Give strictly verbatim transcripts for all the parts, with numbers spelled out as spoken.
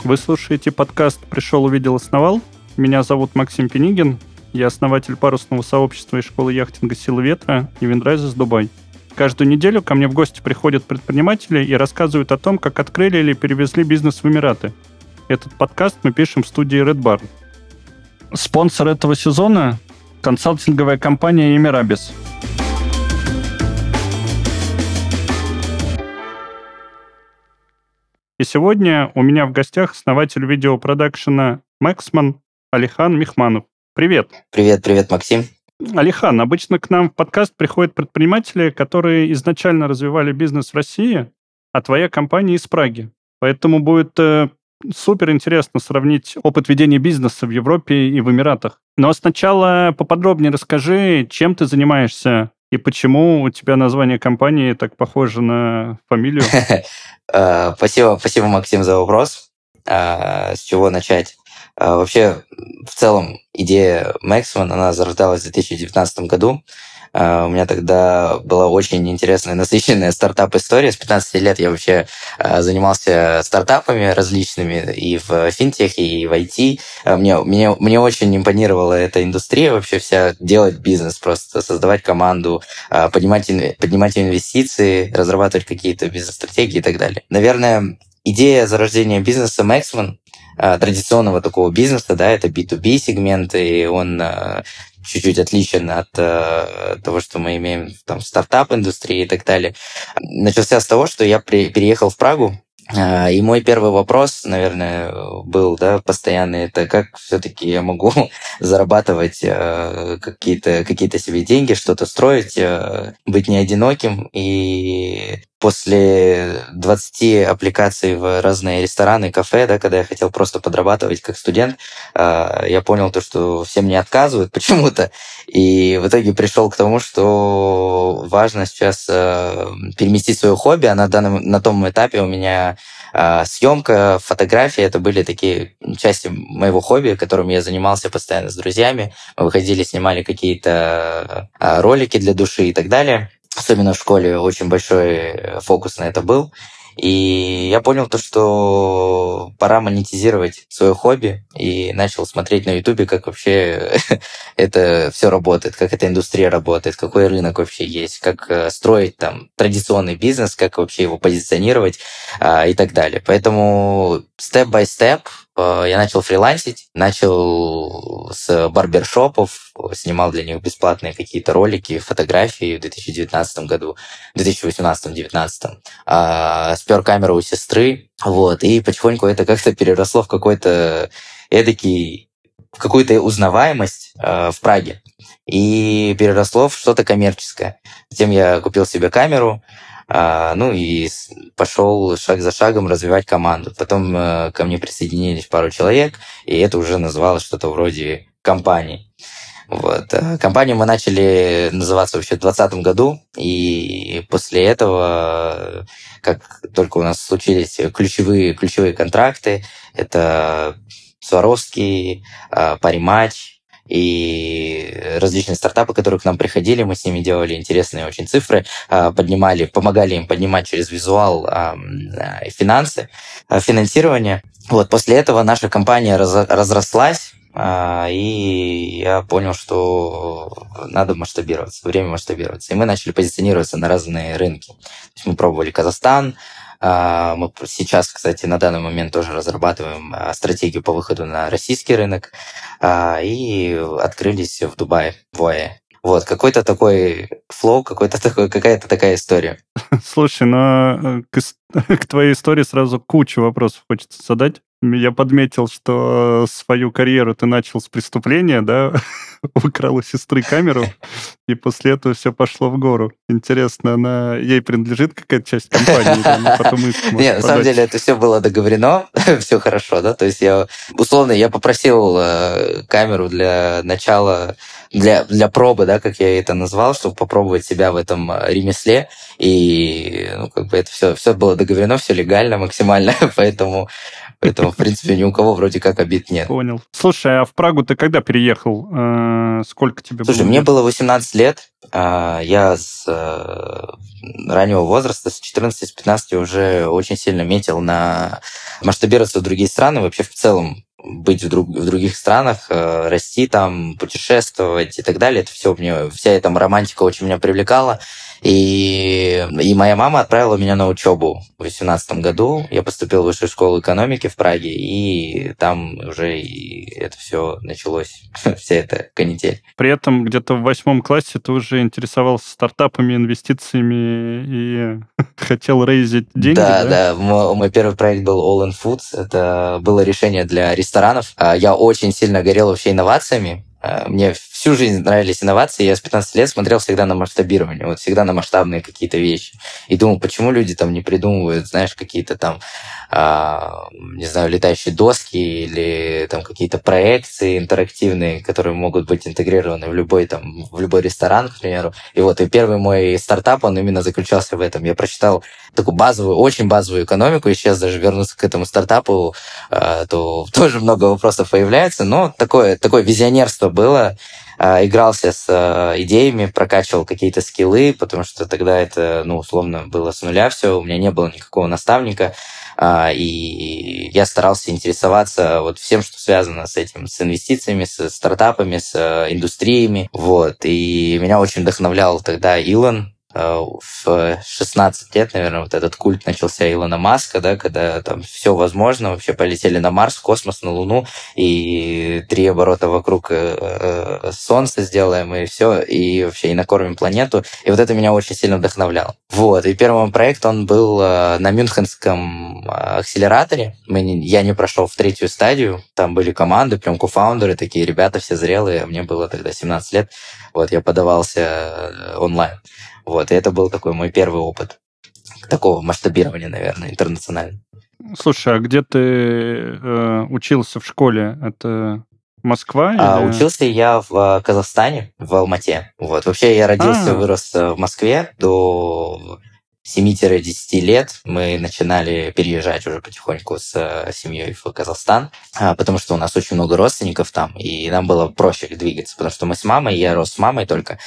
Вы слушаете подкаст «Пришел, увидел, основал». Меня зовут Максим Пенигин. Я основатель парусного сообщества и школы яхтинга «Силы ветра» и Windrises Дубай. Каждую неделю ко мне в гости приходят предприниматели и рассказывают о том, как открыли или перевезли бизнес в Эмираты. Этот подкаст мы пишем в студии Red Bar. Спонсор этого сезона – консалтинговая компания Emirabis. И сегодня у меня в гостях основатель видеопродакшена Maxman Алихан Мехманов. Привет. Привет, привет, Максим. Алихан, обычно к нам в подкаст приходят предприниматели, которые изначально развивали бизнес в России, а твоя компания из Праги. Поэтому будет э, супер интересно сравнить опыт ведения бизнеса в Европе и в Эмиратах. Но сначала поподробнее расскажи, чем ты занимаешься и почему у тебя название компании так похоже на фамилию. Спасибо, спасибо, Максим, за вопрос. С чего начать? Вообще, в целом, идея Maxman, она зарождалась в две тысячи девятнадцатом году. У меня тогда была очень интересная, насыщенная стартап-история. С пятнадцати лет я вообще занимался стартапами различными и в финтехе, и в ай ти. Мне, мне, мне очень импонировала эта индустрия вообще вся, делать бизнес, просто создавать команду, поднимать, поднимать инвестиции, разрабатывать какие-то бизнес-стратегии и так далее. Наверное, идея зарождения бизнеса Maxman, традиционного такого бизнеса, да, это би ту би сегмент, и он чуть-чуть отличен от э, того, что мы имеем там, в стартап-индустрии и так далее. Начался с того, что я при, переехал в Прагу, э, и мой первый вопрос, наверное, был, да, постоянный, это как все-таки я могу зарабатывать э, какие-то, какие-то себе деньги, что-то строить, э, быть не одиноким. И после двадцати аппликаций в разные рестораны, кафе, да, когда я хотел просто подрабатывать как студент, я понял то, что все мне отказывают почему-то. И в итоге пришел к тому, что важно сейчас переместить свое хобби. А на, данном, на том этапе у меня съемка, фотографии, это были такие части моего хобби, которым я занимался постоянно с друзьями. Мы выходили, снимали какие-то ролики для души и так далее. Особенно в школе очень большой фокус на это был. И я понял то, что пора монетизировать свое хобби, и начал смотреть на Ютубе, как вообще это все работает, как эта индустрия работает, какой рынок вообще есть, как строить там традиционный бизнес, как вообще его позиционировать и так далее. Поэтому степ-бай-степ я начал фрилансить, начал с барбершопов, снимал для них бесплатные какие-то ролики, фотографии в две тысячи девятнадцатом году, в две тысячи восемнадцатом-девятнадцатом. Спер камеру у сестры, вот, и потихоньку это как-то переросло в какой-то эдакий, в какую-то узнаваемость э, в Праге, и переросло в что-то коммерческое. Затем я купил себе камеру, Uh, ну и пошел шаг за шагом развивать команду. Потом uh, ко мне присоединились пару человек, и это уже называлось что-то вроде компании. Вот. Uh, компанию мы начали называться вообще в двадцатом году, и после этого, как только у нас случились ключевые, ключевые контракты, это Сваровский, uh, Паримач, и различные стартапы, которые к нам приходили, мы с ними делали интересные очень цифры, поднимали, помогали им поднимать через визуал финансы, финансирование. Вот, после этого наша компания разрослась, и я понял, что надо масштабироваться, время масштабироваться. И мы начали позиционироваться на разные рынки. То есть мы пробовали Казахстан. Мы сейчас, кстати, на данный момент тоже разрабатываем стратегию по выходу на российский рынок и открылись в Дубае, в ОАЭ. Вот, какой-то такой флоу, какой-то такой, какая-то такая история. Слушай, ну к, к твоей истории сразу кучу вопросов хочется задать. Я подметил, что свою карьеру ты начал с преступления, да, украл у сестры камеру, и после этого все пошло в гору. Интересно, она ей принадлежит какая-то часть компании? Да? Ну, потом иск может Нет, на самом деле это все было договорено, все хорошо, да, то есть я, условно, я попросил э, камеру для начала, для, для пробы, да, как я это назвал, чтобы попробовать себя в этом ремесле, и, ну, как бы это все, все было договорено, все легально максимально, поэтому... Поэтому, в принципе, ни у кого вроде как обид нет. Понял. Слушай, а в Прагу ты когда переехал? Э, сколько тебе Слушай, было мне лет? было восемнадцать лет. э, Я с э, раннего возраста, с четырнадцати, с пятнадцати уже очень сильно метил на масштабироваться в другие страны, вообще в целом быть в, друг, в других странах, э, расти там, путешествовать и так далее. Это все мне, вся эта романтика очень меня привлекала. И, и моя мама отправила меня на учебу в восемнадцатом году. Я поступил в высшую школу экономики в Праге, и там уже и это все началось, вся эта канитель. При этом где-то в восьмом классе ты уже интересовался стартапами, инвестициями и хотел рейзить деньги, Да, да? да. Мо- Мой первый проект был All in Foods. Это было решение для ресторанов. А, Я очень сильно горел вообще инновациями. А, Мне всю жизнь нравились инновации. Я с пятнадцати лет смотрел всегда на масштабирование, вот всегда на масштабные какие-то вещи. И думал, почему люди там не придумывают, знаешь, какие-то там, а, не знаю, летающие доски или там какие-то проекции интерактивные, которые могут быть интегрированы в любой там, в любой ресторан, к примеру. И вот и первый мой стартап, он именно заключался в этом. Я прочитал такую базовую, очень базовую экономику, и сейчас даже вернуться к этому стартапу, э, то тоже много вопросов появляется, но такое, такое визионерство было. Э, игрался с э, идеями, прокачивал какие-то скиллы, потому что тогда это, ну, условно, было с нуля все, у меня не было никакого наставника, э, и я старался интересоваться вот всем, что связано с этим, с инвестициями, с стартапами, с э, индустриями, вот, и меня очень вдохновлял тогда Илон. В шестнадцать лет, наверное, вот этот культ начался Илона Маска, да, когда там все возможно, вообще полетели на Марс, в космос, на Луну, и три оборота вокруг Солнца сделаем, и все, и вообще и накормим планету. И вот это меня очень сильно вдохновляло. Вот, и первый мой проект, он был на Мюнхенском акселераторе. Мы не, я не прошел в третью стадию, там были команды, прям кофаундеры, такие ребята все зрелые, мне было тогда семнадцать лет, вот, я подавался онлайн. Вот, и это был такой мой первый опыт такого масштабирования, наверное, интернационально. Слушай, а где ты э, учился в школе? Это Москва А, или... учился я в а, Казахстане, в Алмате. Вот. Вообще я родился, А, вырос а, в Москве до семи-десяти лет. Мы начинали переезжать уже потихоньку с а, семьей в Казахстан, а, потому что у нас очень много родственников там, и нам было проще двигаться, потому что мы с мамой, я рос с мамой только,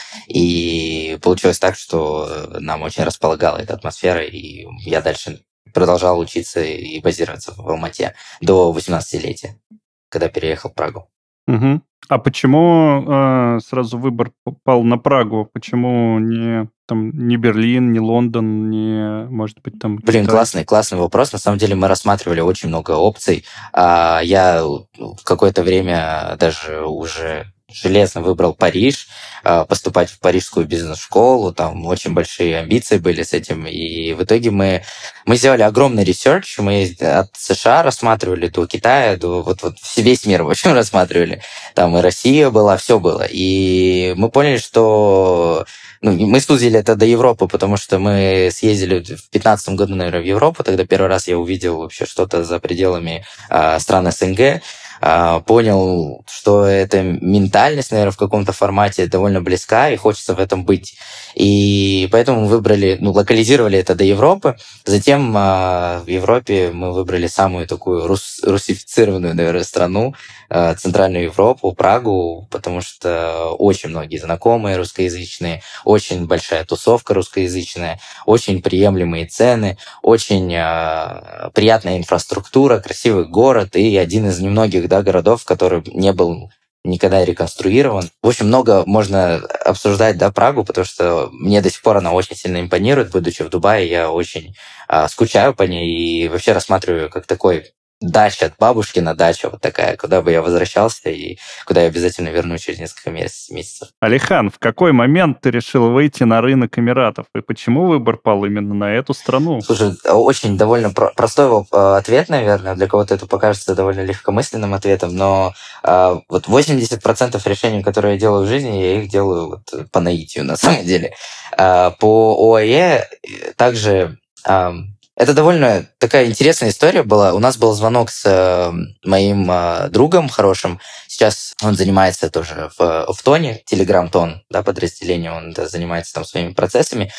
и получилось так, что нам очень располагала эта атмосфера, и я дальше продолжал учиться и базироваться в Алмате до восемнадцатилетия, когда переехал в Прагу. угу. А почему э, сразу выбор пал на Прагу? Почему не, там, не Берлин, не Лондон, не, может быть, там Блин, Китай? классный, классный вопрос. На самом деле мы рассматривали очень много опций. А, Я в какое-то время даже уже железно выбрал Париж, а, поступать в парижскую бизнес-школу. Там очень большие амбиции были с этим. И в итоге мы, мы сделали огромный ресерч. Мы от США рассматривали до Китая, до вот, вот весь мир, в общем, рассматривали. Там и Россия была, все было. И мы поняли, что... Ну, мы сузили это до Европы, потому что мы съездили в пятнадцатом году, наверное, в Европу. Тогда первый раз я увидел вообще что-то за пределами а, стран СНГ. А, понял, что эта ментальность, наверное, в каком-то формате довольно близка, и хочется в этом быть. И поэтому мы выбрали, ну, локализировали это до Европы. Затем а, в Европе мы выбрали самую такую рус, русифицированную, наверное, страну, а, Центральную Европу, Прагу, потому что очень многие знакомые русскоязычные, очень большая тусовка русскоязычная, очень приемлемые цены, очень э, приятная инфраструктура, красивый город и один из немногих, да, городов, который не был никогда реконструирован. В общем, много можно обсуждать, да, Прагу, потому что мне до сих пор она очень сильно импонирует. Будучи в Дубае, я очень э, скучаю по ней и вообще рассматриваю как такой дача от бабушки на дачу вот такая, куда бы я возвращался и куда я обязательно вернусь через несколько месяцев. Алихан, в какой момент ты решил выйти на рынок Эмиратов? И почему выбор пал именно на эту страну? Слушай, очень довольно про- простой ответ, наверное. Для кого-то это покажется довольно легкомысленным ответом, но э, вот восемьдесят процентов решений, которые я делаю в жизни, я их делаю вот по наитию, на самом деле. Э, по ОАЕ также... Э, Это довольно такая интересная история была. У нас был звонок с э, моим э, другом хорошим. Сейчас он занимается тоже в, в Тоне, Telegram-Тон, да, подразделение. Он да, занимается там своими процессами.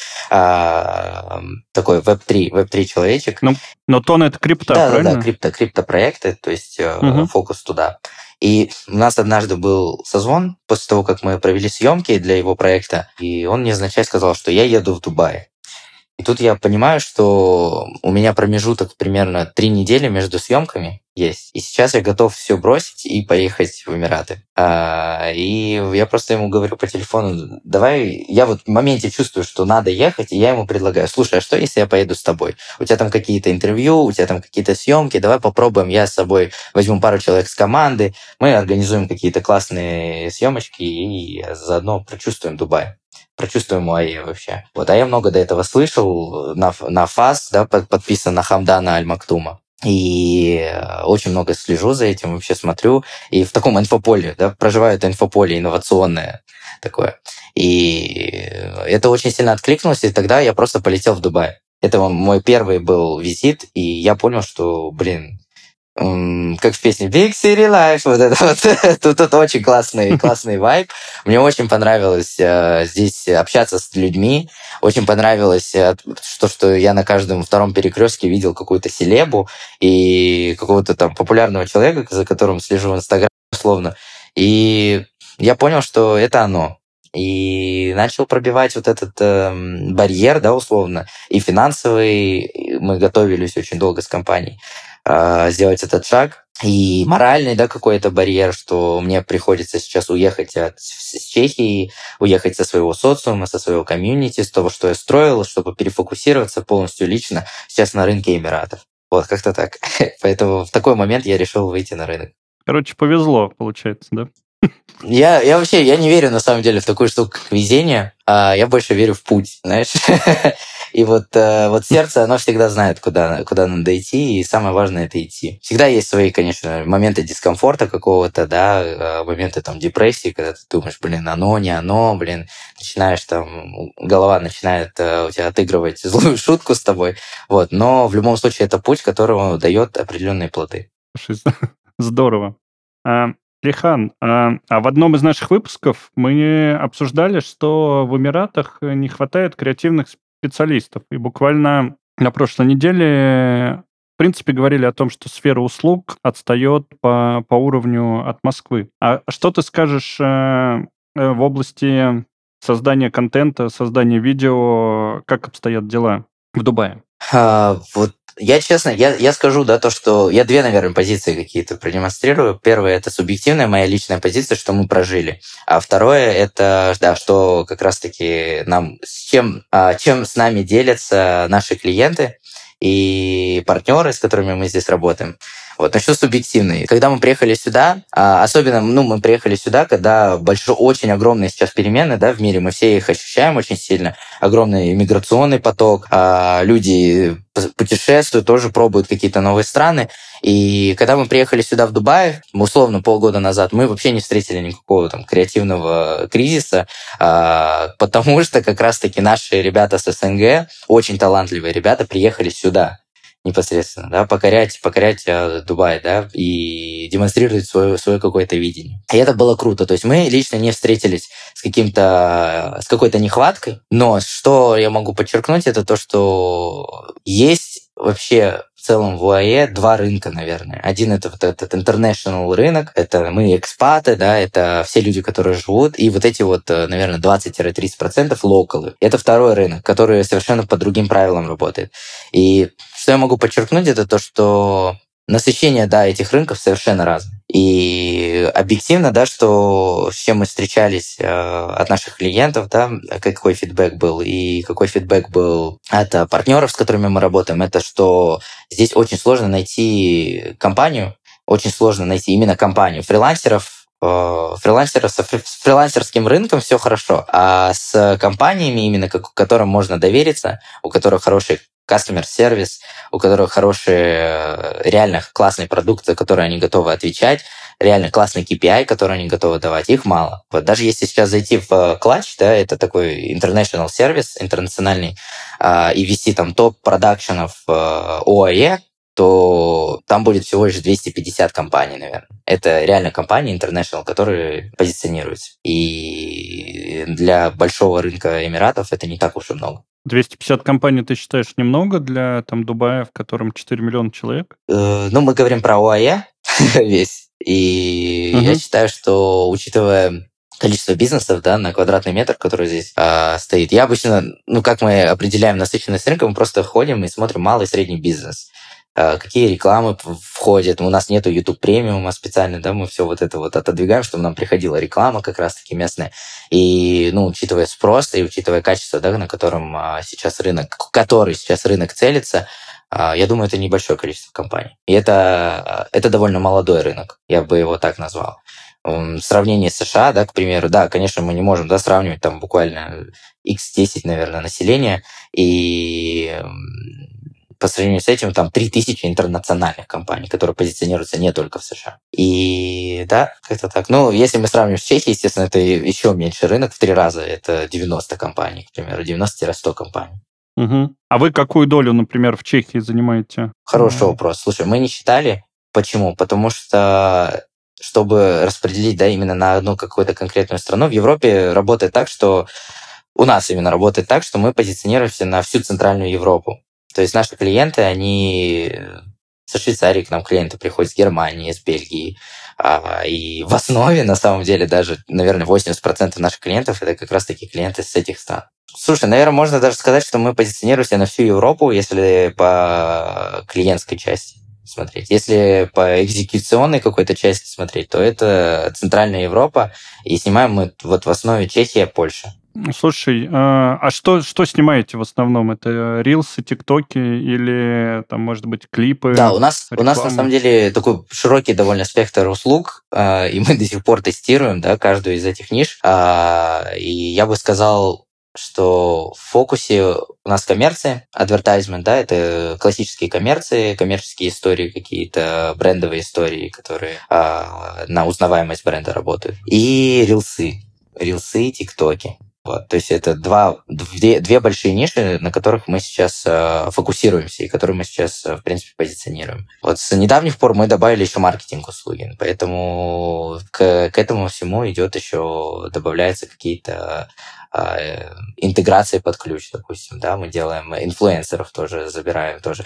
А, такой веб три, веб три человечек. Ну, но Тон — это крипта, да, правильно? Да, да, крипто, криптопроекты, то есть э, угу. фокус туда. И у нас однажды был созвон после того, как мы провели съемки для его проекта, и он невзначай сказал, что я еду в Дубай. И тут я понимаю, что у меня промежуток примерно три недели между съемками есть. И сейчас я готов все бросить и поехать в Эмираты. А, и я просто ему говорю по телефону, давай, я вот в моменте чувствую, что надо ехать, и я ему предлагаю, слушай, а что, если я поеду с тобой? У тебя там какие-то интервью, у тебя там какие-то съемки, давай попробуем, я с собой возьму пару человек с команды, мы организуем какие-то классные съемочки и заодно прочувствуем Дубай. Прочувствуем ОАЭ вообще. Вот, а я много до этого слышал, на, на ФАС, да, под, подписан на Хамдана Аль-Мактума. И очень много слежу за этим, вообще смотрю. И в таком инфополе, да, проживаю это инфополе инновационное такое. И это очень сильно откликнулось, и тогда я просто полетел в Дубай. Это мой первый был визит, и я понял, что, блин, как в песне Big City Life, вот это вот, тут, тут очень классный, классный вайб. Мне очень понравилось э, здесь общаться с людьми, очень понравилось э, то, что я на каждом втором перекрестке видел какую-то селебу и какого-то там популярного человека, за которым слежу в Инстаграме, условно. И я понял, что это оно. И начал пробивать вот этот э, барьер, да, условно, и финансовый. Мы готовились очень долго с компанией сделать этот шаг. И моральный, да, какой-то барьер, что мне приходится сейчас уехать от, с Чехии, уехать со своего социума, со своего комьюнити, с того, что я строил, чтобы перефокусироваться полностью лично сейчас на рынке Эмиратов. Вот, как-то так. Поэтому в такой момент я решил выйти на рынок. Короче, повезло, получается, да? Я, я вообще, я не верю, на самом деле, в такую штуку, как везение. А я больше верю в путь, знаешь. И вот, вот сердце, оно всегда знает, куда, куда надо идти, и самое важное — это идти. Всегда есть свои, конечно, моменты дискомфорта какого-то, да, моменты там депрессии, когда ты думаешь, блин, оно, не оно, блин, начинаешь там, голова начинает у тебя отыгрывать злую шутку с тобой, вот. Но в любом случае это путь, которому дает определенные плоды. Здорово. Лихан, а, а в одном из наших выпусков мы обсуждали, что в Эмиратах не хватает креативных специалистов. И буквально на прошлой неделе, в принципе, говорили о том, что сфера услуг отстает по, по уровню от Москвы. А что ты скажешь э, в области создания контента, создания видео, как обстоят дела в Дубае? А, вот я, честно, я, я скажу, да, то, что я две, наверное, позиции какие-то продемонстрирую. Первое — это субъективная моя личная позиция, что мы прожили. А второе — это, да, что как раз-таки нам, с чем, чем с нами делятся наши клиенты и партнеры, с которыми мы здесь работаем. Вот, начну с субъективной. Когда мы приехали сюда, особенно, ну, мы приехали сюда, когда большой, очень огромные сейчас перемены, да, в мире, мы все их ощущаем очень сильно. Огромный иммиграционный поток, люди путешествуют, тоже пробуют какие-то новые страны. И когда мы приехали сюда, в Дубай, условно, полгода назад, мы вообще не встретили никакого там креативного кризиса, потому что как раз-таки наши ребята с СНГ, очень талантливые ребята, приехали сюда непосредственно, да, покорять, покорять э, Дубай, да, и демонстрировать свое, свое какое-то видение. И это было круто. То есть мы лично не встретились с каким-то, с какой-то нехваткой, но что я могу подчеркнуть, это то, что есть вообще в целом в ОАЭ два рынка, наверное. Один — это вот этот international рынок, это мы экспаты, да, это все люди, которые живут, и вот эти вот, наверное, двадцать-тридцать процентов локалы. Это второй рынок, который совершенно по другим правилам работает. И что я могу подчеркнуть, это то, что насыщение, да, этих рынков совершенно разное. И объективно, да, что с чем мы встречались э, от наших клиентов, да, какой фидбэк был, и какой фидбэк был от партнеров, с которыми мы работаем, это что здесь очень сложно найти компанию, очень сложно найти именно компанию. Фрилансеров фрилансеров, с фрилансерским рынком все хорошо, а с компаниями, именно которым можно довериться, у которых хороший customer сервис, у которых хороший, реально классный продукт, за который они готовы отвечать, реально классный кей пи ай, который они готовы давать, их мало. Вот даже если сейчас зайти в Clutch, да, это такой international сервис, интернациональный, и ввести там топ продакшенов ОАЭ, то там будет всего лишь двести пятьдесят компаний, наверное. Это реально компании international, которые позиционируются. И для большого рынка Эмиратов это не так уж и много. двести пятьдесят компаний ты считаешь немного для там Дубая, в котором четыре миллиона человек? Э, ну, мы говорим про ОАЭ весь. И Мгм. я считаю, что, учитывая количество бизнесов, да, на квадратный метр, который здесь а, стоит, я обычно, ну, как мы определяем насыщенность рынка, мы просто ходим и смотрим малый и средний бизнес. А, какие рекламы п- входят. У нас нету YouTube премиума специально, да, мы все вот это вот отодвигаем, чтобы нам приходила реклама как раз-таки местная. И, ну, учитывая спрос и учитывая качество, да, на котором а, сейчас рынок, в который сейчас рынок целится, а, я думаю, это небольшое количество компаний. И это, это довольно молодой рынок, я бы его так назвал. М, В сравнении с США, да, к примеру, да, конечно, мы не можем, да, сравнивать там буквально икс десять, наверное, населения, и м, по сравнению с этим там три тысячи интернациональных компаний, которые позиционируются не только в США. И да, как-то так. Ну, если мы сравним с Чехией, естественно, это еще меньше рынок, в три раза, это девяносто компаний, к примеру, девяносто-сто компаний. Мгм. А вы какую долю, например, в Чехии занимаете? Хороший М, вопрос. Слушай, мы не считали. Почему? Потому что, чтобы распределить, да, именно на одну какую-то конкретную страну, в Европе работает так, что у нас именно работает так, что мы позиционируемся на всю Центральную Европу. То есть наши клиенты, они со Швейцарии к нам клиенты приходят, с Германии, с Бельгии. А, И в основе, на самом деле, даже, наверное, восемьдесят процентов наших клиентов это как раз-таки клиенты с этих стран. Слушай, наверное, можно даже сказать, что мы позиционируемся на всю Европу, если по клиентской части смотреть. Если по экзекуционной какой-то части смотреть, то это Центральная Европа, и снимаем мы вот в основе Чехия, Польша. Слушай, а а что, что снимаете в основном? Это рилсы, тиктоки или там, может быть, Да, клипы, у нас, у нас на самом реклама? деле такой широкий довольно спектр услуг, а, и мы до сих пор тестируем, да, каждую из этих ниш. А, И я бы сказал, что в фокусе у нас коммерция, advertisement, да, это классические коммерции, коммерческие истории какие-то, брендовые истории, которые а, на узнаваемость бренда работают. И рилсы, рилсы, тиктоки. Вот, то есть это два, две, две большие ниши, на которых мы сейчас э, фокусируемся и которые мы сейчас, э, в принципе, позиционируем. Вот с недавних пор мы добавили еще маркетинг-услуги, поэтому к, к этому всему идет еще, добавляются какие-то э, интеграции под ключ, допустим, да, мы делаем инфлюенсеров тоже, забираем тоже.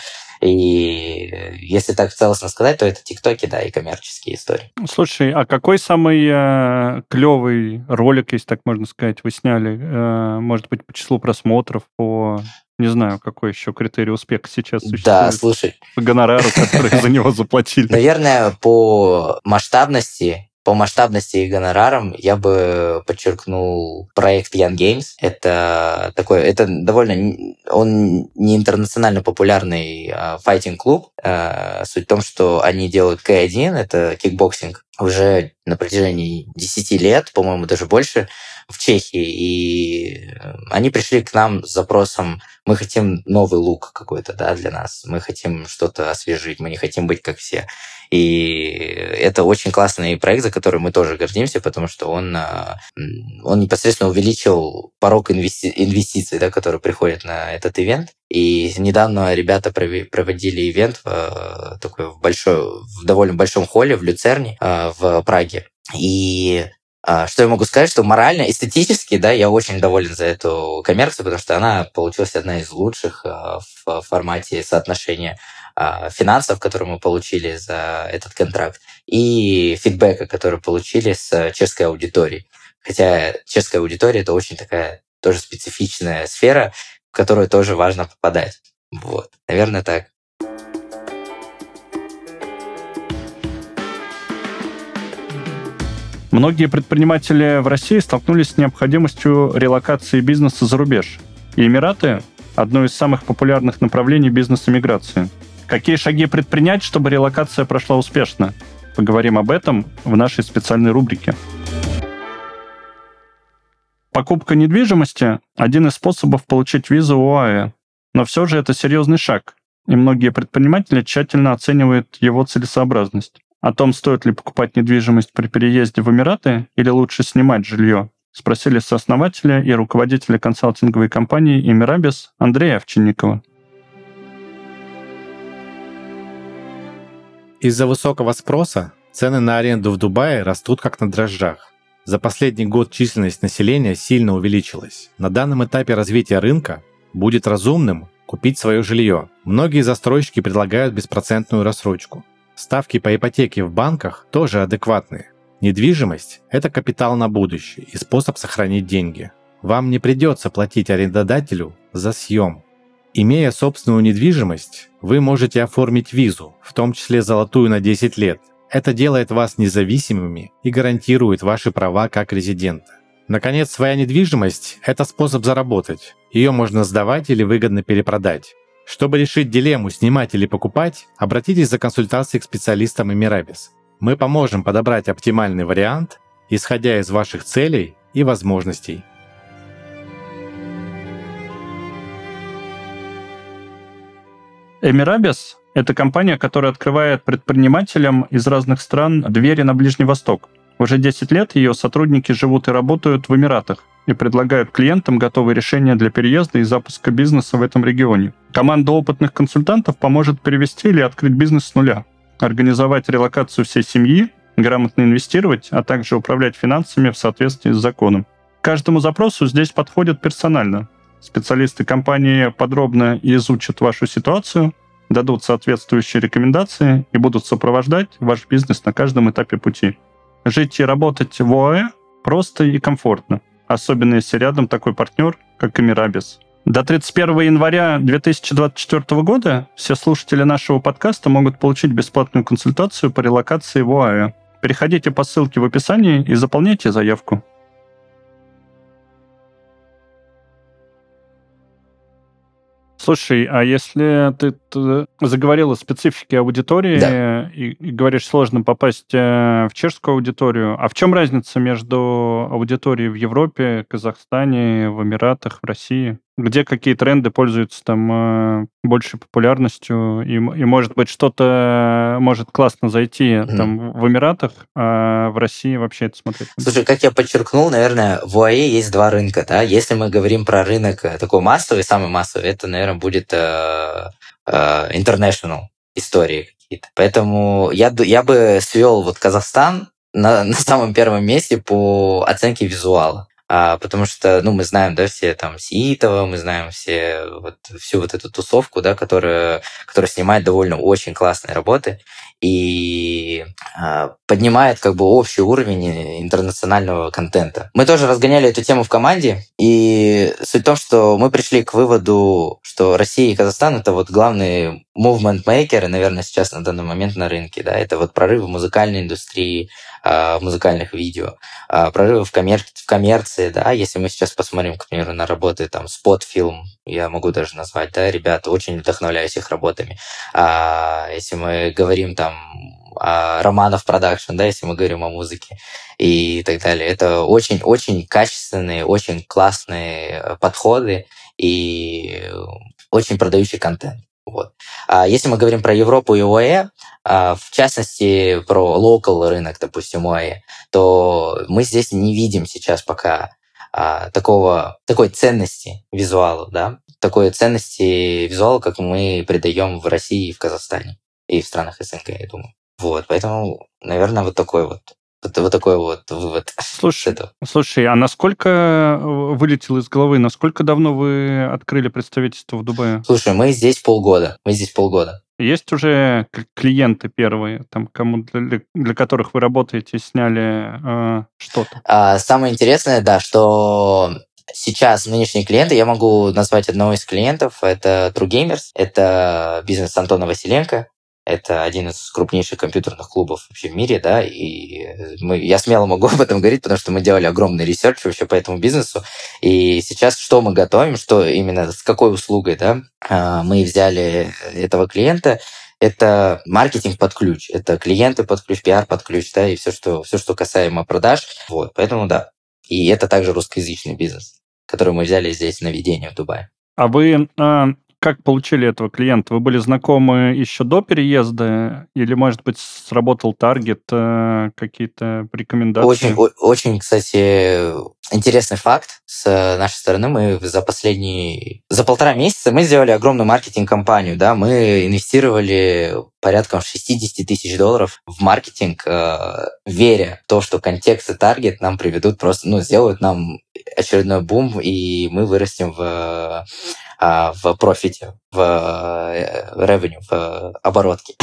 И если так целостно сказать, то это тиктоки, да, и коммерческие истории. Слушай, а какой самый э, клевый ролик, если так можно сказать, вы сняли? Э, может быть, по числу просмотров, по, не знаю, какой еще критерий успеха сейчас Да, существует, слушай, по гонорару, который за него заплатили? наверное, по масштабности, по масштабности и гонорарам я бы подчеркнул проект Young Games. Это такой, это довольно, н- он не интернационально популярный а, файтинг-клуб. А, Суть в том, что они делают кей один, это кикбоксинг, уже на протяжении десяти лет, по-моему, даже больше, в Чехии. И э, они пришли к нам с запросом: мы хотим новый лук какой-то, да, для нас. Мы хотим что-то освежить, мы не хотим быть как все. И это очень классный проект, за который мы тоже гордимся, потому что он, а, м, он непосредственно увеличил порог инвести- инвестиций, да, которые приходят на этот ивент. И недавно ребята прови- проводили ивент в, а, такой в, большой, в довольно большом холле в Люцерне, а, в Праге. И а, что я могу сказать, что морально, эстетически, да, я очень доволен за эту коммерцию, потому что она получилась одна из лучших а, в формате соотношения а, финансов, которые мы получили за этот контракт, и фидбэка, который получили с чешской аудиторией. Хотя чешская аудитория — это очень такая тоже специфичная сфера, в которую тоже важно попадать. Вот, наверное, так. Многие предприниматели в России столкнулись с необходимостью релокации бизнеса за рубеж. И Эмираты – одно из самых популярных направлений бизнес-эмиграции. Какие шаги предпринять, чтобы релокация прошла успешно? Поговорим об этом в нашей специальной рубрике. Покупка недвижимости – один из способов получить визу ОАЭ. Но все же это серьезный шаг, и многие предприниматели тщательно оценивают его целесообразность. О том, стоит ли покупать недвижимость при переезде в Эмираты или лучше снимать жилье, спросили сооснователя и руководителя консалтинговой компании «Эмирабис» Андрея Овчинникова. Из-за высокого спроса цены на аренду в Дубае растут как на дрожжах. За последний год численность населения сильно увеличилась. На данном этапе развития рынка будет разумным купить свое жилье. Многие застройщики предлагают беспроцентную рассрочку. Ставки по ипотеке в банках тоже адекватные. Недвижимость – это капитал на будущее и способ сохранить деньги. Вам не придется платить арендодателю за съем. Имея собственную недвижимость, вы можете оформить визу, в том числе золотую на десять лет. Это делает вас независимыми и гарантирует ваши права как резидента. Наконец, своя недвижимость – это способ заработать. Ее можно сдавать или выгодно перепродать. Чтобы решить дилемму снимать или покупать, обратитесь за консультацией к специалистам Эмирабис. Мы поможем подобрать оптимальный вариант, исходя из ваших целей и возможностей. Эмирабис – это компания, которая открывает предпринимателям из разных стран двери на Ближний Восток. Уже десять лет ее сотрудники живут и работают в Эмиратах и предлагают клиентам готовые решения для переезда и запуска бизнеса в этом регионе. Команда опытных консультантов поможет перевести или открыть бизнес с нуля, организовать релокацию всей семьи, грамотно инвестировать, а также управлять финансами в соответствии с законом. К каждому запросу здесь подходят персонально. Специалисты компании подробно изучат вашу ситуацию, дадут соответствующие рекомендации и будут сопровождать ваш бизнес на каждом этапе пути. Жить и работать в ОАЭ просто и комфортно, особенно если рядом такой партнер, как Эмирабис. До тридцать первого января две тысячи двадцать четвёртого года все слушатели нашего подкаста могут получить бесплатную консультацию по релокации в ОАЭ. Переходите по ссылке в описании и заполняйте заявку. Слушай, а если ты, ты заговорил о специфике аудитории, Да. и, и говоришь, сложно попасть э, в чешскую аудиторию, а в чем разница между аудиторией в Европе, Казахстане, в Эмиратах, в России? Где какие тренды пользуются там э, большей популярностью, и, м- и, может быть, что-то может классно зайти Мгм. там в Эмиратах, а в России вообще это смотреть не Слушай, будет? как я подчеркнул, наверное, в ОАЭ есть два рынка, да. Если мы говорим про рынок э, такой массовый, самый массовый, это, наверное, будет э, э, international истории какие-то. Поэтому я, ду- я бы свел вот Казахстан на, на самом первом месте по оценке визуала. А, потому что, ну, мы знаем, да, все там Сиитова, мы знаем все вот, всю вот эту тусовку, да, которая, которая снимает довольно очень классные работы и а, поднимает как бы общий уровень интернационального контента. Мы тоже разгоняли эту тему в команде, и суть в том, что мы пришли к выводу, что Россия и Казахстан — это вот главные movement-мейкеры, наверное, сейчас на данный момент на рынке, да, это вот прорывы в музыкальной индустрии, а, в музыкальных видео, а, прорывы в, коммер... в коммерции, да, если мы сейчас посмотрим, к примеру, на работы там Spotfilm, я могу даже назвать, да, ребята, очень вдохновляюсь их работами. А, если мы говорим там о Романов Продакшн, да, если мы говорим о музыке и так далее, это очень-очень качественные, очень классные подходы и очень продающий контент. Вот. А если мы говорим про Европу и ОАЭ, а, в частности, про local рынок, допустим, ОАЭ, то мы здесь не видим сейчас пока а, такого, такой ценности визуалу, да, такой ценности визуалу, как мы придаем в России и в Казахстане, и в странах СНГ, я думаю. Вот, поэтому, наверное, вот такой вот, вот, вот такой вот вывод с Слушай, этого. слушай, а насколько э, вылетело из головы, насколько давно вы открыли представительство в Дубае? Слушай, мы здесь полгода, мы здесь полгода. Есть уже к- клиенты первые, там, кому для, для которых вы работаете, сняли э, что-то? А, самое интересное, да, что сейчас нынешние клиенты, я могу назвать одного из клиентов, это True Gamers, это бизнес Антона Василенко, это один из крупнейших компьютерных клубов вообще в мире, да, и мы, я смело могу об этом говорить, потому что мы делали огромный ресерч вообще по этому бизнесу, и сейчас что мы готовим, что именно, с какой услугой, да, мы взяли этого клиента, это маркетинг под ключ, это клиенты под ключ, пиар под ключ, да, и все, что, все, что касаемо продаж, вот, поэтому да. И это также русскоязычный бизнес, который мы взяли здесь на ведение в Дубае. А вы э, как получили этого клиента? Вы были знакомы еще до переезда? Или, может быть, сработал таргет, э, какие-то рекомендации? Очень, о- очень, кстати, интересный факт с нашей стороны. Мы за последние... За полтора месяца мы сделали огромную маркетинг-компанию, да, мы инвестировали порядком шестьдесят тысяч долларов в маркетинг, э, веря в то, что контекст и таргет нам приведут просто, ну, сделают нам очередной бум, и мы вырастем в а, в профите, в revenue, в оборотке.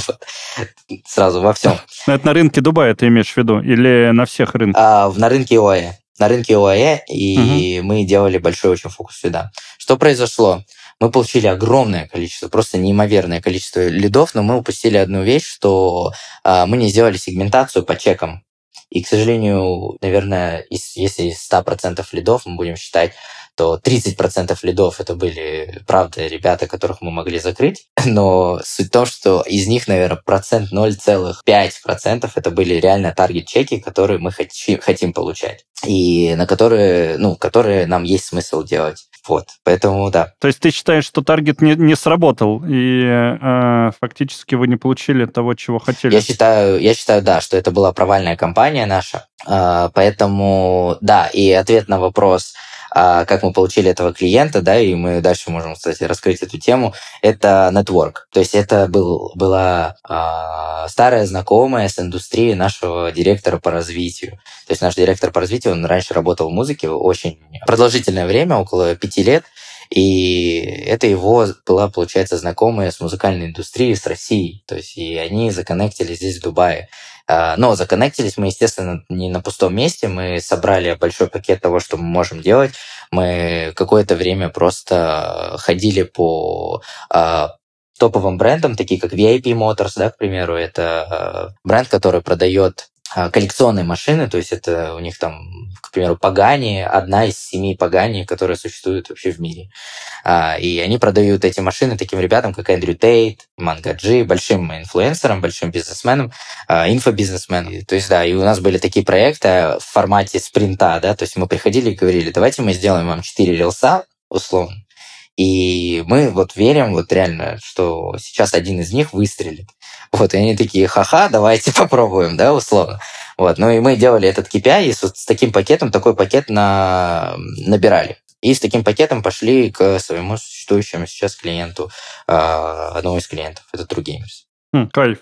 Сразу во всем. Это на рынке Дубая ты имеешь в виду? Или на всех рынках? А, на рынке ОАЭ. На рынке ОАЭ, и угу. мы делали большой очень фокус сюда. Что произошло? Мы получили огромное количество, просто неимоверное количество лидов, но мы упустили одну вещь, что а, мы не сделали сегментацию по чекам. И, к сожалению, наверное, из, если из ста процентов лидов мы будем считать, то тридцать процентов лидов это были, правда, ребята, которых мы могли закрыть. Но суть в том, что из них, наверное, процент ноль целых пять десятых процента это были реально таргет-чеки, которые мы хотим, хотим получать. И на которые, ну, которые нам есть смысл делать. Вот, поэтому да. То есть ты считаешь, что таргет не, не сработал, и э, фактически вы не получили того, чего хотели? Я считаю, я считаю, да, что это была провальная кампания наша. Э, поэтому, да, и ответ на вопрос, э, как мы получили этого клиента, да, и мы дальше можем, кстати, раскрыть эту тему, это нетворк. То есть это был, была э, старая знакомая с индустрией нашего директора по развитию. То есть наш директор по развитию, он раньше работал в музыке очень продолжительное время, около пяти лет, и это его была, получается, знакомая с музыкальной индустрией, с Россией. То есть и они законнектились здесь, в Дубае. Но законнектились мы, естественно, не на пустом месте. Мы собрали большой пакет того, что мы можем делать. Мы какое-то время просто ходили по топовым брендам, такие как ви ай пи Motors, да, к примеру. Это бренд, который продает коллекционные машины, то есть это у них там, к примеру, Pagani, одна из семи Pagani, которые существуют вообще в мире. И они продают эти машины таким ребятам, как Эндрю Тейт, Мангаджи, большим инфлюенсерам, большим бизнесменам, инфобизнесменам. То есть, да, и у нас были такие проекты в формате спринта, да, то есть мы приходили и говорили, давайте мы сделаем вам четыре рилса, условно, и мы вот верим вот реально, что сейчас один из них выстрелит. Вот, и они такие, ха-ха, давайте попробуем, да, условно. Вот, ну и мы делали этот кей пи ай, и с, с таким пакетом, такой пакет на... набирали. И с таким пакетом пошли к своему существующему сейчас клиенту, одному из клиентов, это True Gamers. Хм, кайф.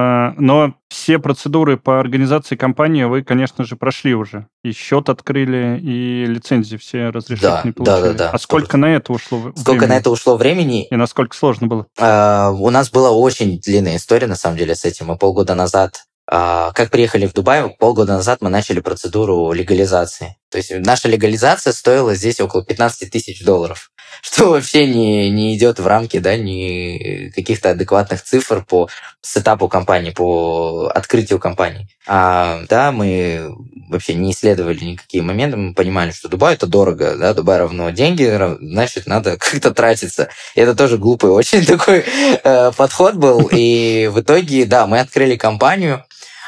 Но все процедуры по организации компании вы, конечно же, прошли уже. И счет открыли, и лицензии все разрешительные да, получили. Да, да, да. А сколько на это ушло времени? Сколько на это ушло времени? И насколько сложно было? Uh, у нас была очень длинная история, на самом деле, с этим. Мы полгода назад, uh, как приехали в Дубай, полгода назад мы начали процедуру легализации. То есть наша легализация стоила здесь около пятнадцать тысяч долларов, что вообще не, не идет в рамки, да, ни каких-то адекватных цифр по сетапу компании, по открытию компании. А, да, мы вообще не исследовали никакие моменты, мы понимали, что Дубай это дорого, да, Дубай равно деньги, значит, надо как-то тратиться. И это тоже глупый очень такой э, подход был. И в итоге, да, мы открыли компанию,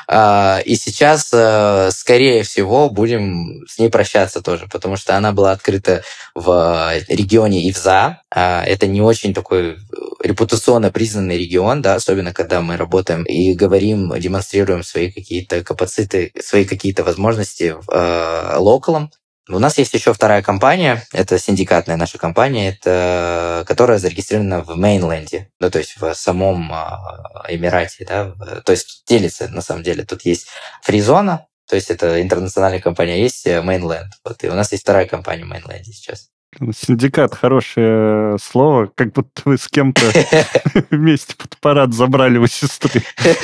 и сейчас, скорее всего, будем с ней прощаться тоже, потому что она была открыта в регионе Ивза. Это не очень такой репутационно признанный регион, да, особенно когда мы работаем и говорим, демонстрируем свои какие-то капациты, свои какие-то возможности локалом. У нас есть еще вторая компания, это синдикатная наша компания, это, которая зарегистрирована в Мейнленде, ну, то есть в самом э, Эмирате, да, то есть делится на самом деле. Тут есть Фризона, то есть это интернациональная компания, есть Мейнленд. Вот, и у нас есть вторая компания в Мейнленде сейчас. Синдикат — хорошее слово, как будто вы с кем-то вместе под парад забрали у сестры.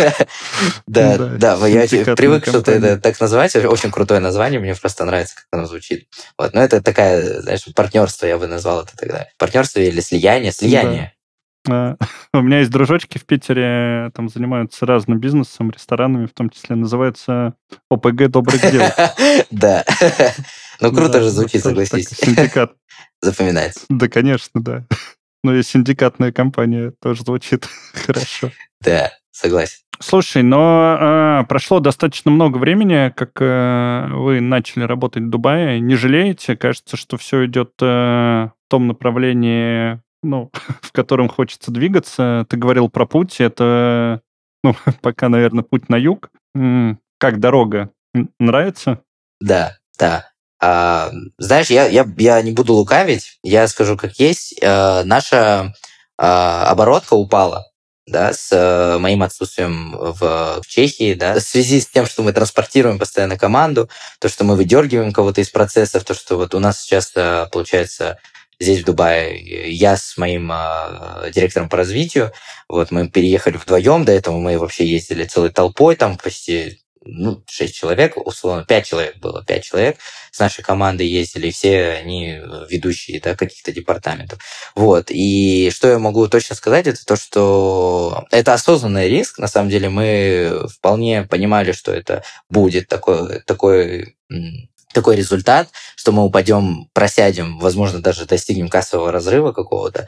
Да, да, я привык что-то это так называть, очень крутое название, мне просто нравится, как оно звучит. Вот, но это такая, знаешь, партнерство, я бы назвал это тогда. Партнерство или слияние, слияние. У меня есть дружочки в Питере, там занимаются разным бизнесом, ресторанами, в том числе, называется о пэ гэ «Добрых дел». Да. Ну, круто же звучит, согласись. Синдикат. Запоминается. Да, конечно, да. Но и синдикатная компания тоже звучит хорошо. Да, согласен. Слушай, но э, прошло достаточно много времени, как э, вы начали работать в Дубае. Не жалеете? Кажется, что все идет э, в том направлении, ну, в котором хочется двигаться. Ты говорил про путь. Это, ну, пока, наверное, путь на юг. М-м, как дорога? Нравится? Да, да. А, знаешь, я, я, я не буду лукавить, я скажу как есть. А, наша а, оборотка упала, да, с а, моим отсутствием в, в Чехии, да, в связи с тем, что мы транспортируем постоянно команду, то, что мы выдергиваем кого-то из процессов, то, что вот у нас сейчас, получается, здесь, в Дубае. Я с моим э, директором по развитию, вот мы переехали вдвоем, до этого мы вообще ездили целой толпой, там почти ну, шесть человек, условно, пять человек было, пять человек с нашей командой ездили, и все они ведущие, да, каких-то департаментов. Вот, и что я могу точно сказать, это то, что это осознанный риск, на самом деле мы вполне понимали, что это будет такой, такой, такой результат, что мы упадем, просядем, возможно, даже достигнем кассового разрыва какого-то.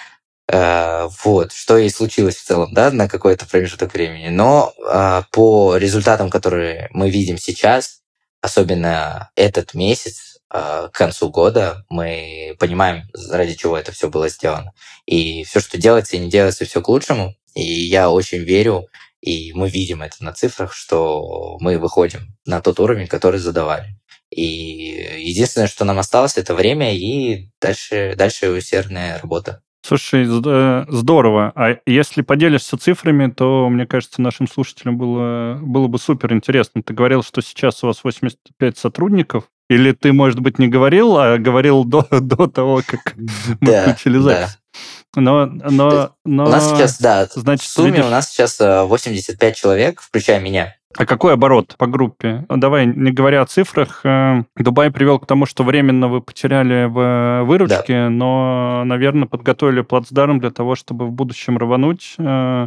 Uh, вот, что и случилось в целом, да, на какой-то промежуток времени. Но uh, по результатам, которые мы видим сейчас, особенно этот месяц, uh, к концу года, мы понимаем, ради чего это все было сделано. И все, что делается и не делается, все к лучшему. И я очень верю, и мы видим это на цифрах, что мы выходим на тот уровень, который задавали. И единственное, что нам осталось, это время и дальше, дальше усердная работа. Слушай, здорово. А если поделишься цифрами, то, мне кажется, нашим слушателям было, было бы супер интересно. Ты говорил, что сейчас у вас восемьдесят пять сотрудников. Или ты, может быть, не говорил, а говорил до, до того, как мы да, включили запись. Да. Но, но, но... У нас сейчас, да, значит, в сумме видишь... у нас сейчас восемьдесят пять человек, включая меня. А какой оборот по группе? Давай, не говоря о цифрах, Дубай привел к тому, что временно вы потеряли в выручке, да. но, наверное, подготовили плацдарм для того, чтобы в будущем рвануть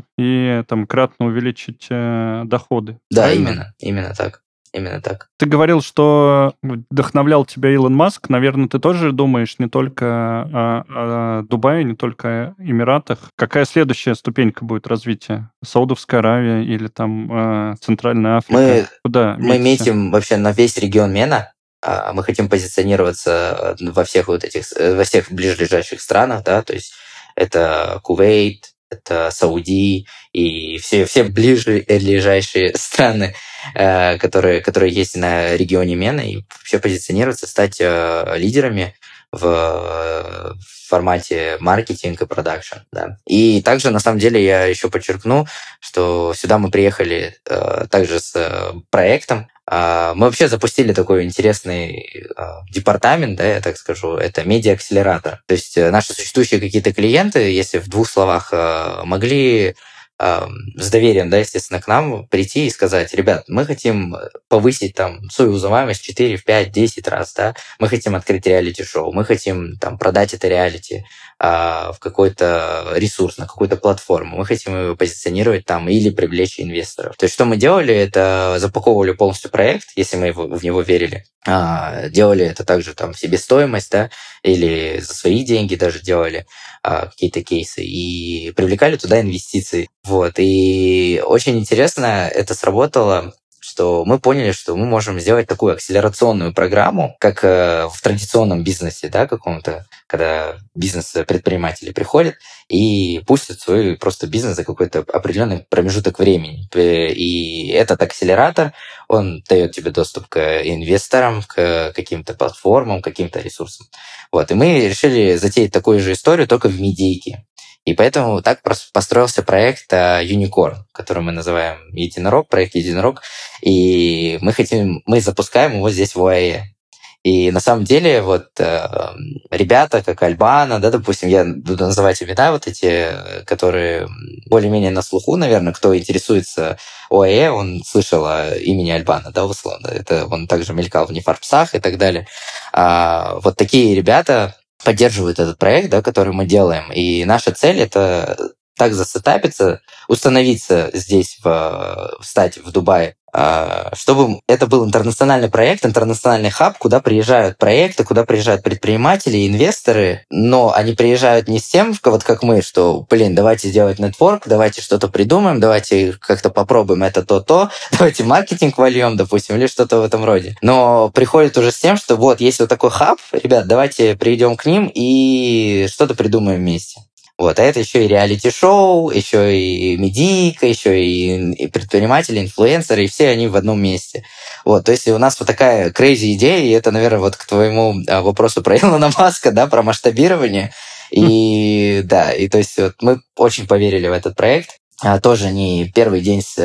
и там кратно увеличить доходы. Да, правильно? именно, именно так. Именно так. Ты говорил, что вдохновлял тебя Илон Маск. Наверное, ты тоже думаешь не только о, о Дубае, не только о Эмиратах. Какая следующая ступенька будет развития? Саудовская Аравия или там э, Центральная Африка? Мы, Куда мы метим вообще на весь регион МЕНА. Мы хотим позиционироваться во всех вот этих, во всех ближайших странах, да, то есть это Кувейт, это Сауди и все, все ближайшие страны, которые, которые есть на регионе МЕНА, и вообще позиционироваться, стать лидерами в формате маркетинг и продакшн. Да. И также, на самом деле, я еще подчеркну, что сюда мы приехали также с проектом. Мы вообще запустили такой интересный департамент, да, я так скажу, это медиа-акселератор. То есть наши существующие какие-то клиенты, если в двух словах, могли с доверием, да, естественно, к нам прийти и сказать: ребят, мы хотим повысить там свою узнаваемость в четыре, в пять, десять раз, да, мы хотим открыть реалити-шоу, мы хотим там продать это реалити а, в какой-то ресурс, на какую-то платформу, мы хотим его позиционировать там или привлечь инвесторов. То есть что мы делали, это запаковывали полностью проект, если мы его, в него верили, а, делали это также там в себестоимость, да, или за свои деньги даже делали а, какие-то кейсы и привлекали туда инвестиции. Вот. И очень интересно это сработало, что мы поняли, что мы можем сделать такую акселерационную программу, как в традиционном бизнесе, да, каком-то, когда бизнес-предприниматели приходят и пустят свой просто бизнес за какой-то определенный промежуток времени. И этот акселератор, он дает тебе доступ к инвесторам, к каким-то платформам, к каким-то ресурсам. Вот. И мы решили затеять такую же историю, только в медийке. И поэтому так построился проект Unicorn, который мы называем Единорог, проект Единорог. И мы хотим, мы запускаем его здесь в ОАЭ. И на самом деле вот э, ребята, как Альбана, да, допустим, я буду называть имена вот эти, которые более-менее на слуху, наверное, кто интересуется ОАЭ, он слышал о имени Альбана, да, условно. Это он также мелькал в Нефарпсах и так далее. А, вот такие ребята поддерживают этот проект, да, который мы делаем. И наша цель — это так засетапиться, установиться здесь, в, встать в Дубае, чтобы это был интернациональный проект, интернациональный хаб, куда приезжают проекты, куда приезжают предприниматели, инвесторы, но они приезжают не с тем, вот как мы, что, блин, давайте сделать нетворк, давайте что-то придумаем, давайте как-то попробуем это то-то, давайте маркетинг вольем, допустим, или что-то в этом роде. Но приходят уже с тем, что вот есть вот такой хаб, ребят, давайте придем к ним и что-то придумаем вместе. Вот, а это еще и реалити-шоу, еще и медийка, еще и, и предприниматели, инфлюенсеры, и все они в одном месте. Вот, то есть у нас вот такая crazy идея, и это, наверное, вот к твоему вопросу про Илона Маска, да, про масштабирование. И да, и то есть вот мы очень поверили в этот проект. А, тоже не первый день с,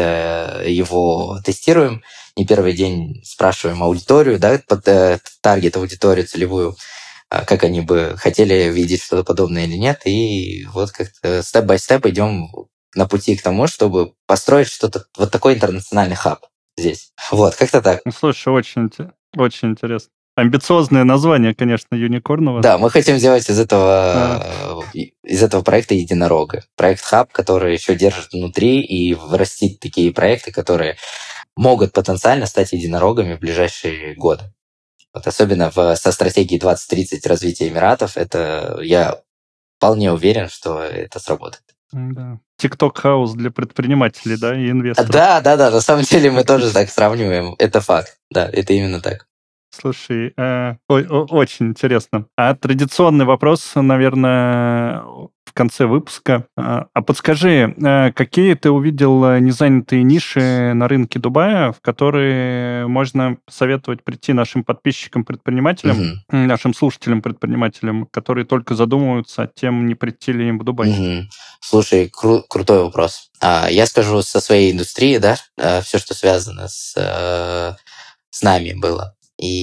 его тестируем, не первый день спрашиваем аудиторию, да, под, таргет аудиторию целевую. как они бы хотели видеть что-то подобное или нет. И вот как-то степ-бай-степ идем на пути к тому, чтобы построить что-то, вот такой интернациональный хаб здесь. Вот, как-то так. Ну, слушай, очень, очень интересно. Амбициозное название, конечно, юникорн. Да, мы хотим сделать из этого, а. из этого проекта единорога. Проект хаб, который еще держит внутри и вырастит такие проекты, которые могут потенциально стать единорогами в ближайшие годы. Вот особенно в, со стратегией двадцать тридцать развития Эмиратов, это я вполне уверен, что это сработает. Да. TikTok-хаус для предпринимателей, да, и инвесторов. Да, да, да, на самом деле мы тоже так сравниваем. Это факт, да, это именно так. Слушай, э, о- о- очень интересно. А традиционный вопрос, наверное, в конце выпуска. А, а подскажи, э, какие ты увидел незанятые ниши на рынке Дубая, в которые можно советовать прийти нашим подписчикам-предпринимателям, Мгм. нашим слушателям-предпринимателям, которые только задумываются о тем, не прийти ли им в Дубай? Мгм. Слушай, кру- крутой вопрос. А, я скажу со своей индустрии, да, все, что связано с, э, с нами было.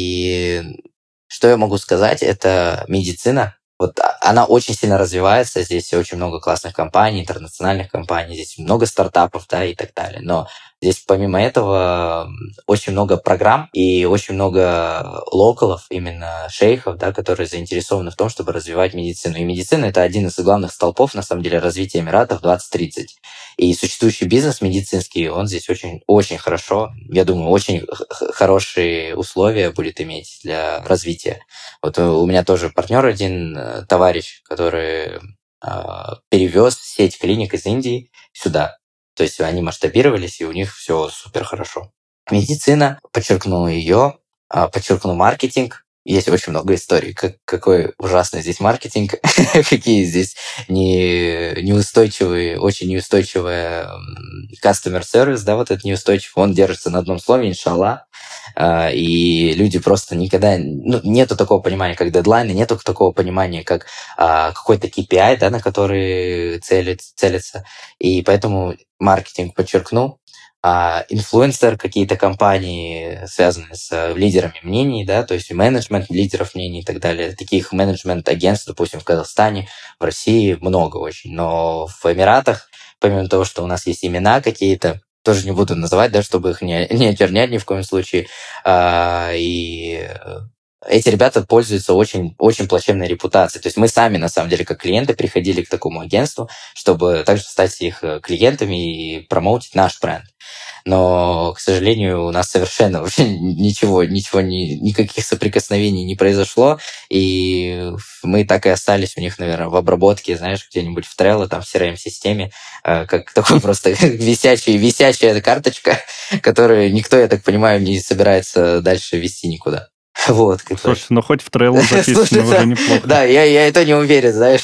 И что я могу сказать, это медицина. Вот а- она очень сильно развивается, здесь очень много классных компаний, интернациональных компаний, здесь много стартапов, да, и так далее. Но здесь помимо этого м, очень много программ и очень много локалов, именно шейхов, да, которые заинтересованы в том, чтобы развивать медицину. И медицина — это один из главных столпов, на самом деле, развития Эмиратов двадцать тридцать. И существующий бизнес медицинский, он здесь очень, очень хорошо, я думаю, очень х- х- хорошие условия будет иметь для развития. Вот у у меня тоже партнер один, э, товарищ, который а, перевез сеть клиник из Индии сюда. То есть они масштабировались, и у них все супер хорошо. Медицина, подчеркну ее, а, подчеркну маркетинг. Есть очень много историй, как, какой ужасный здесь маркетинг, какие здесь не, неустойчивые, очень неустойчивый customer service, да, вот этот неустойчивый, он держится на одном слове, иншаллах. А, и люди просто никогда... Ну, нету такого понимания, как дедлайны, нету такого понимания, как а, какой-то кей пи ай, да, на который целит, целится. И поэтому маркетинг подчеркну. А, инфлюенсер, какие-то компании, связанные с а, лидерами мнений, да, то есть менеджмент лидеров мнений и так далее. Таких менеджмент-агентств, допустим, в Казахстане, в России много очень. Но в Эмиратах, помимо того, что у нас есть имена какие-то, тоже не буду называть, да, чтобы их не, не очернять ни в коем случае. А, и эти ребята пользуются очень, очень плачевной репутацией. То есть мы сами, на самом деле, как клиенты, приходили к такому агентству, чтобы также стать их клиентами и промоутить наш бренд. Но, к сожалению, у нас совершенно вообще ничего, ничего ни, никаких соприкосновений не произошло, и мы так и остались у них, наверное, в обработке, знаешь, где-нибудь в Trello, там, в си ар эм-системе, как такой просто висячий, висячая карточка, которую никто, я так понимаю, не собирается дальше вести никуда. Вот. Слушай, ну хоть в Trello записано уже неплохо. Да, я, я это не уверен, знаешь.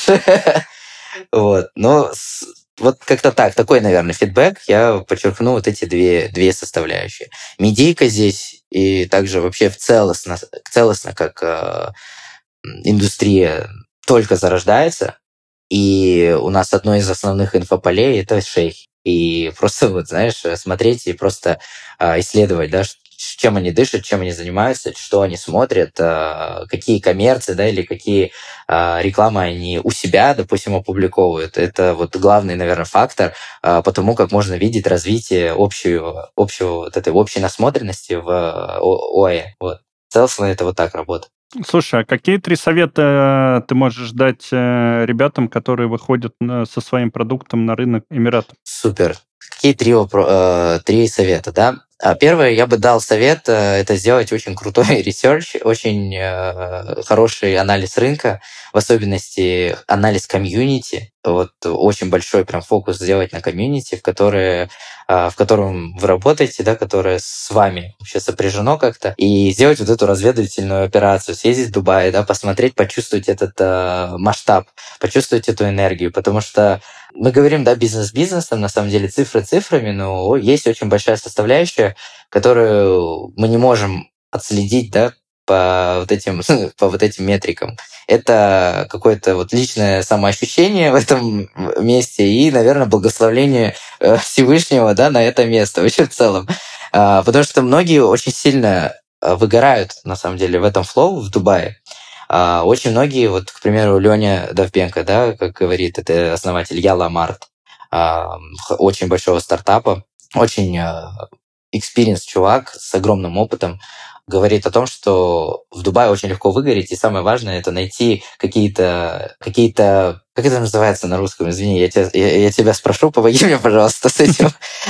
Вот, но вот как-то так, такой, наверное, фидбэк. Я подчеркну вот эти две, две составляющие. Медийка здесь и также вообще в целостно, целостно как э, индустрия только зарождается. И у нас одно из основных инфополей — это шейхи. И просто, вот, знаешь, смотреть и просто э, исследовать, да, чем они дышат, чем они занимаются, что они смотрят, какие коммерции, да, или какие рекламы они у себя, допустим, опубликовывают. Это вот главный, наверное, фактор по тому, как можно видеть развитие общего, общего вот этой общей насмотренности в ОАЭ. Вот. Целостно это вот так работает. Слушай, а какие три совета ты можешь дать ребятам, которые выходят со своим продуктом на рынок Эмиратов? Супер. Какие три, э, три совета, да? Первое, я бы дал совет, это сделать очень крутой ресерч, очень э, хороший анализ рынка, в особенности анализ комьюнити. Вот очень большой прям фокус сделать на комьюнити, в, которое, э, в котором вы работаете, да, которое с вами вообще сопряжено как-то, и сделать вот эту разведывательную операцию, съездить в Дубай, да, посмотреть, почувствовать этот э, масштаб, почувствовать эту энергию, потому что мы говорим, да, бизнес бизнесом, на самом деле цифры цифрами, но есть очень большая составляющая, которую мы не можем отследить, да, по вот этим, по вот этим метрикам. Это какое-то вот личное самоощущение в этом месте и, наверное, благословление Всевышнего, да, на это место вообще в целом. Потому что многие очень сильно выгорают, на самом деле, в этом флоу в Дубае. А, очень многие, вот, к примеру, Леня Довбенко, да, как говорит, это основатель Яламарт, а, очень большого стартапа, очень экспириенс чувак с огромным опытом, говорит о том, что в Дубае очень легко выгореть, и самое важное — это найти какие-то, какие-то, как это называется на русском, извини, я тебя, я, я тебя спрошу, помоги мне, пожалуйста, с этим.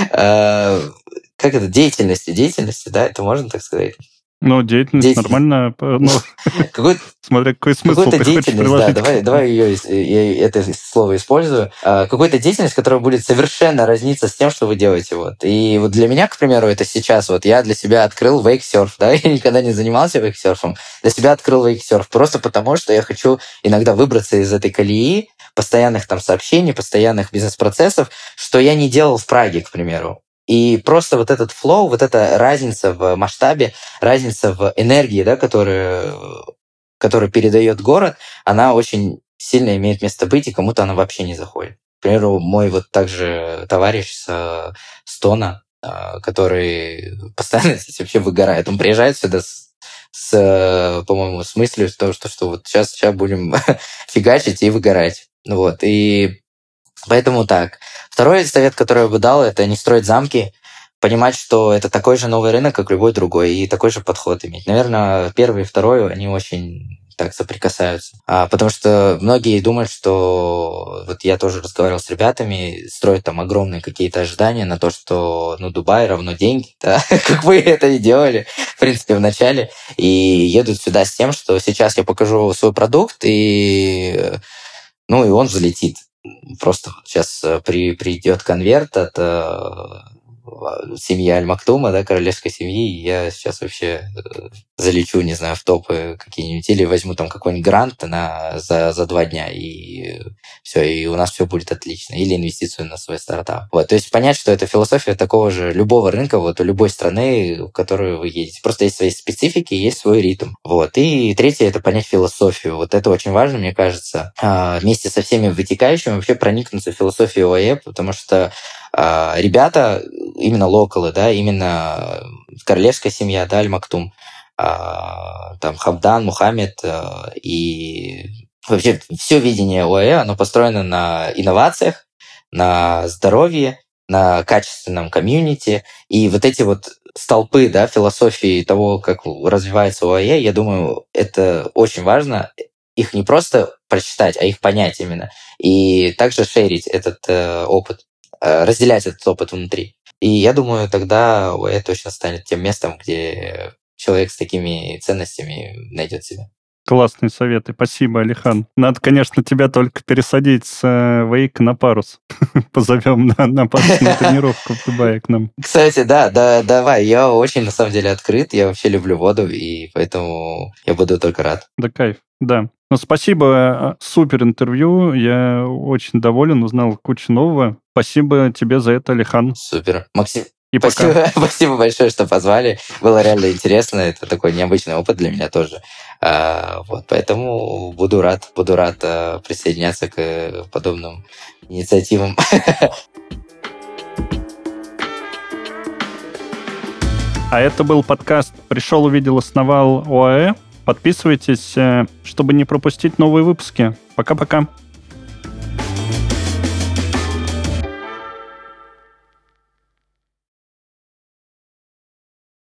Как это, деятельности, деятельности, да, это можно так сказать? Ну, деятельность, деятельность. Нормально. Ну, смотря какой смысл какой-то ты деятельность, хочешь приложить. Да, давай, давай ее, я это слово использую. Какой-то деятельность, которая будет совершенно разниться с тем, что вы делаете. Вот. И вот для меня, к примеру, это сейчас, вот я для себя открыл вейксерф, да, я никогда не занимался вейксерфом, для себя открыл вейксерф просто потому, что я хочу иногда выбраться из этой колеи, постоянных там сообщений, постоянных бизнес-процессов, что я не делал в Праге, к примеру. И просто вот этот флоу, вот эта разница в масштабе, разница в энергии, да, которую, которую передает город, она очень сильно имеет место быть, и кому-то она вообще не заходит. К примеру, мой вот также товарищ с Стона, который постоянно здесь вообще выгорает. Он приезжает сюда с, с по-моему, с мыслью, что, что, что вот сейчас, сейчас будем фигачить и выгорать. Вот, и поэтому так. Второй совет, который я бы дал, это не строить замки, понимать, что это такой же новый рынок, как любой другой, и такой же подход иметь. Наверное, первый и второй, они очень так соприкасаются. А, потому что многие думают, что... Вот я тоже разговаривал с ребятами, строят там огромные какие-то ожидания на то, что ну, Дубай равно деньги, да? Как вы это и делали, в принципе, в начале. И едут сюда с тем, что сейчас я покажу свой продукт, и, ну, и он взлетит. Просто сейчас при, придет конверт от э, семьи Аль-Мактума, да, королевской семьи, и я сейчас вообще залечу, не знаю, в топы какие-нибудь, или возьму там какой-нибудь грант на, за, за два дня, и все, и у нас все будет отлично. Или инвестицию на свой стартап. Вот, то есть понять, что это философия такого же любого рынка, вот у любой страны, в которую вы едете. Просто есть свои специфики, есть свой ритм. Вот. И третье — это понять философию. Вот это очень важно, мне кажется, вместе со всеми вытекающими вообще проникнуться в философию ОАЭ, потому что ребята, именно локалы, да, именно королевская семья, да, Аль-Мактум, там Хамдан, Мухаммед и вообще все видение ОАЭ, оно построено на инновациях, на здоровье, на качественном комьюнити. И вот эти вот столпы, да, философии того, как развивается ОАЭ, я думаю, это очень важно. Их не просто прочитать, а их понять именно. И также шерить этот э, опыт, э, разделять этот опыт внутри. И я думаю, тогда ОАЭ точно станет тем местом, где человек с такими ценностями найдет себя. Классные советы. Спасибо, Алихан. Надо, конечно, тебя только пересадить с вейка на парус. Позовем на, на парусную тренировку в Дубае к нам. Кстати, да, да, давай. Я очень, на самом деле, открыт. Я вообще люблю воду, и поэтому я буду только рад. Да, кайф. Да. Ну, спасибо. Супер интервью. Я очень доволен, узнал кучу нового. Спасибо тебе за это, Алихан. Супер. Максим, И спасибо, спасибо большое, что позвали. Было реально интересно. Это такой необычный опыт для меня тоже. А, вот, поэтому буду рад, буду рад а, присоединяться к подобным инициативам. А это был подкаст «Пришел, увидел, основал ОАЭ». Подписывайтесь, чтобы не пропустить новые выпуски. Пока-пока.